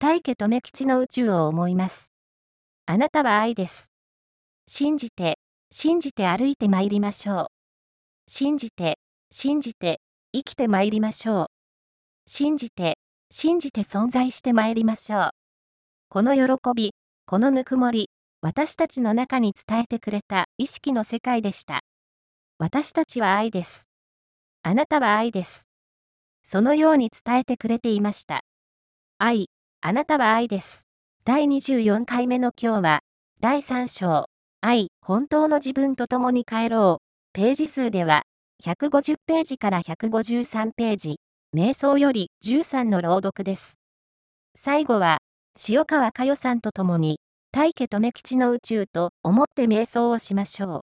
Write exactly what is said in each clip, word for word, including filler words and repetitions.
大家留吉の宇宙を思います。あなたは愛です。信じて、信じて歩いて参りましょう。信じて、信じて、生きて参りましょう。信じて、信じて存在して参りましょう。この喜び、このぬくもり、私たちの中に伝えてくれた意識の世界でした。私たちは愛です。あなたは愛です。そのように伝えてくれていました。愛、あなたは愛です。だいにじゅうよんかいめの今日は、だいさん章、愛、本当の自分と共に帰ろう。ページ数では、ひゃくごじゅっページからひゃくごじゅうさんページ、瞑想よりじゅうさんの朗読です。最後は、塩川佳代さんと共に、大家留吉の宇宙と思って瞑想をしましょう。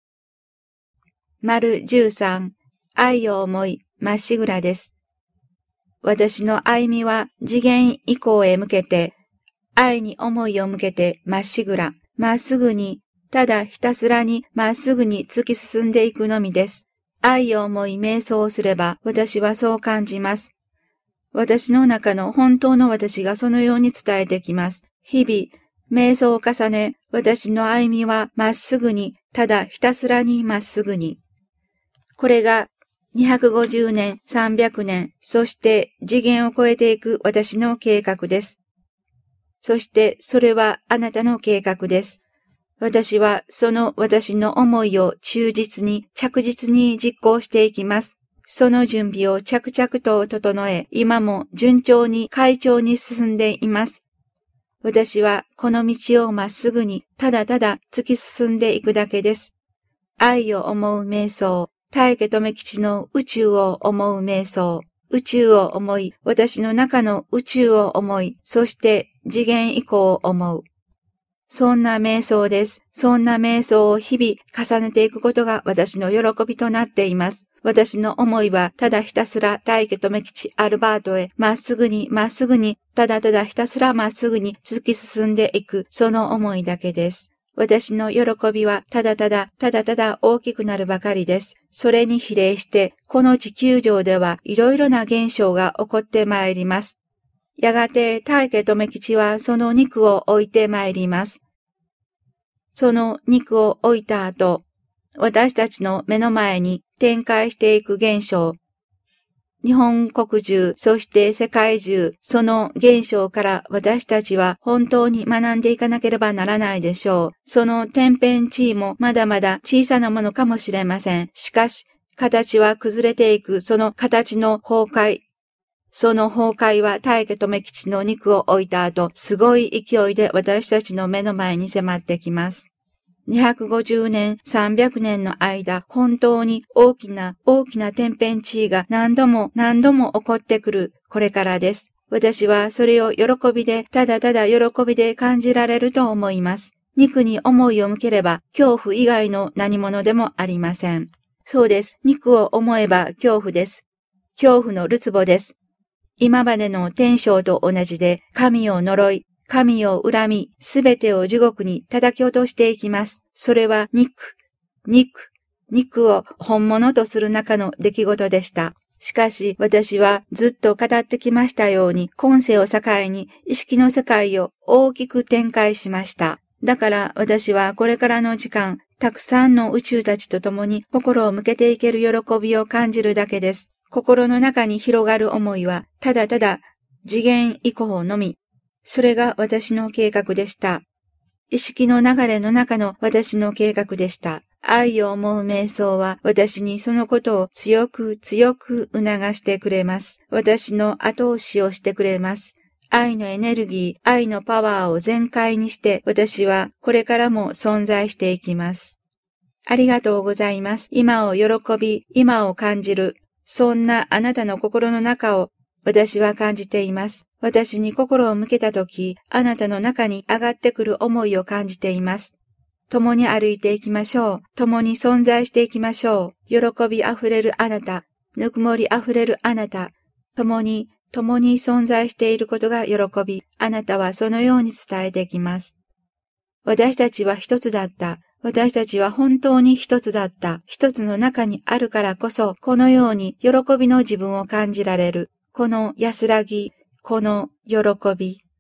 丸じゅうさん、愛を思い、まっしぐらです。私の歩みは次元以降へ向けて、愛に思いを向けてまっしぐら、まっすぐに、ただひたすらにまっすぐに突き進んでいくのみです。愛を思い瞑想をすれば私はそう感じます。私の中の本当の私がそのように伝えてきます。日々、瞑想を重ね、私の歩みはまっすぐに、ただひたすらにまっすぐに。これがにひゃくごじゅうねん、さんびゃくねん、そして次元を超えていく私の計画です。そしてそれはあなたの計画です。私はその私の思いを忠実に着実に実行していきます。その準備を着々と整え、今も順調に快調に進んでいます。私はこの道をまっすぐにただただ突き進んでいくだけです。愛を思う瞑想。大家留吉の宇宙を思う瞑想。宇宙を思い、私の中の宇宙を思い、そして次元以降を思う。そんな瞑想です。そんな瞑想を日々重ねていくことが私の喜びとなっています。私の思いはただひたすら大家留吉アルバートへまっすぐにまっすぐに、ただただひたすらまっすぐに突き進んでいく、その思いだけです。私の喜びはただただただただ大きくなるばかりです。それに比例して、この地球上ではいろいろな現象が起こってまいります。やがて大家留吉はその肉を置いてまいります。その肉を置いた後、私たちの目の前に展開していく現象、日本国中、そして世界中、その現象から私たちは本当に学んでいかなければならないでしょう。その天変地異もまだまだ小さなものかもしれません。しかし、形は崩れていくその形の崩壊。その崩壊は大家留吉の肉を置いた後、すごい勢いで私たちの目の前に迫ってきます。にひゃくごじゅうねん、さんびゃくねんの間、本当に大きな大きな天変地異が何度も何度も起こってくるこれからです。私はそれを喜びで、ただただ喜びで感じられると思います。肉に思いを向ければ恐怖以外の何者でもありません。そうです。肉を思えば恐怖です。恐怖のるつぼです。今までの天正と同じで神を呪い、神を恨み、すべてを地獄に叩き落としていきます。それは肉、肉、肉を本物とする中の出来事でした。しかし私はずっと語ってきましたように、今世を境に意識の世界を大きく展開しました。だから私はこれからの時間、たくさんの宇宙たちと共に心を向けていける喜びを感じるだけです。心の中に広がる思いは、ただただ次元以降のみ。それが私の計画でした。意識の流れの中の私の計画でした。愛を思う瞑想は私にそのことを強く強く促してくれます。私の後押しをしてくれます。愛のエネルギー、愛のパワーを全開にして私はこれからも存在していきます。ありがとうございます。今を喜び、今を感じる。そんなあなたの心の中を私は感じています。私に心を向けたとき、あなたの中に上がってくる思いを感じています。共に歩いていきましょう。共に存在していきましょう。喜びあふれるあなた、ぬくもりあふれるあなた、共に、共に存在していることが喜び、あなたはそのように伝えていきます。私たちは一つだった。私たちは本当に一つだった。一つの中にあるからこそ、このように喜びの自分を感じられる。この安らぎ、この喜び。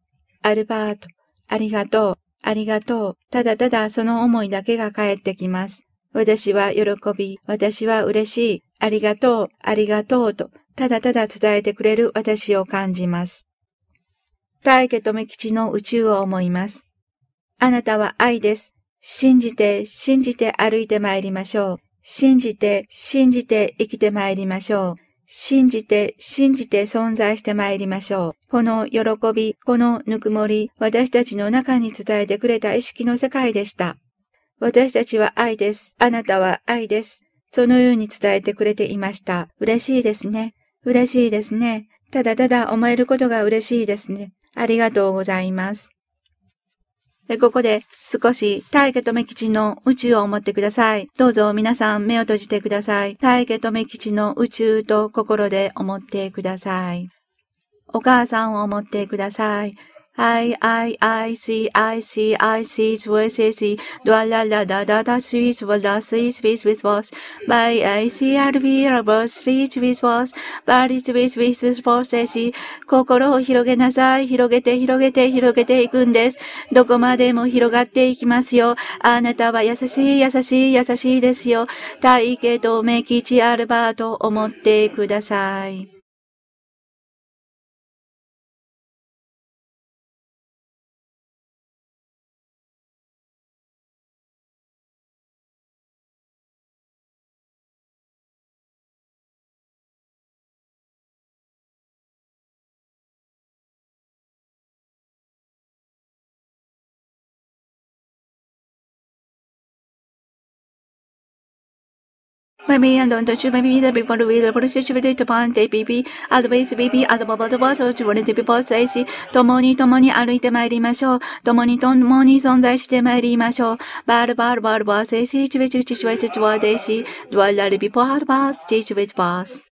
アルバート、ありがとう、ありがとう。ただただその思いだけが返ってきます。私は喜び、私は嬉しい、ありがとう、ありがとうと、ただただ伝えてくれる私を感じます。大家留吉の宇宙を思います。あなたは愛です。信じて、信じて歩いて参りましょう。信じて、信じて生きて参りましょう。信じて、信じて存在して参りましょう。この喜び、このぬくもり、私たちの中に伝えてくれた意識の世界でした。私たちは愛です。あなたは愛です。そのように伝えてくれていました。嬉しいですね。嬉しいですね。ただただ思えることが嬉しいですね。ありがとうございます。ここで少し大家留吉の宇宙を思ってください。どうぞ皆さん目を閉じてください。大家留吉の宇宙と心で思ってください。お母さんを思ってください。I, I, I, see, I, see, I, see, sweet, see, do la la da da da, sweet, will da, sweet, sweet, with was, by I, see, I, be, a bird, sweet, with was, body, sweet, sweet, with was, I, see, 心を広げなさい。広げて、広げて、広げていくんです。どこまでも広がっていきますよ。あなたは優しい、優しい、優しいですよ。大家留吉アルバート思ってください。Maybe I don't touch maybe the people who will push you to point a baby, always baby, at the bubble the water to one of the people say, 共に共に歩いて参りましょう。共に共に存在して参りましょう。バルバルバルバーセイシーチュベチュチュチュチュチュワデイシー、ドアラリビポハルバース、チュチュベチバース。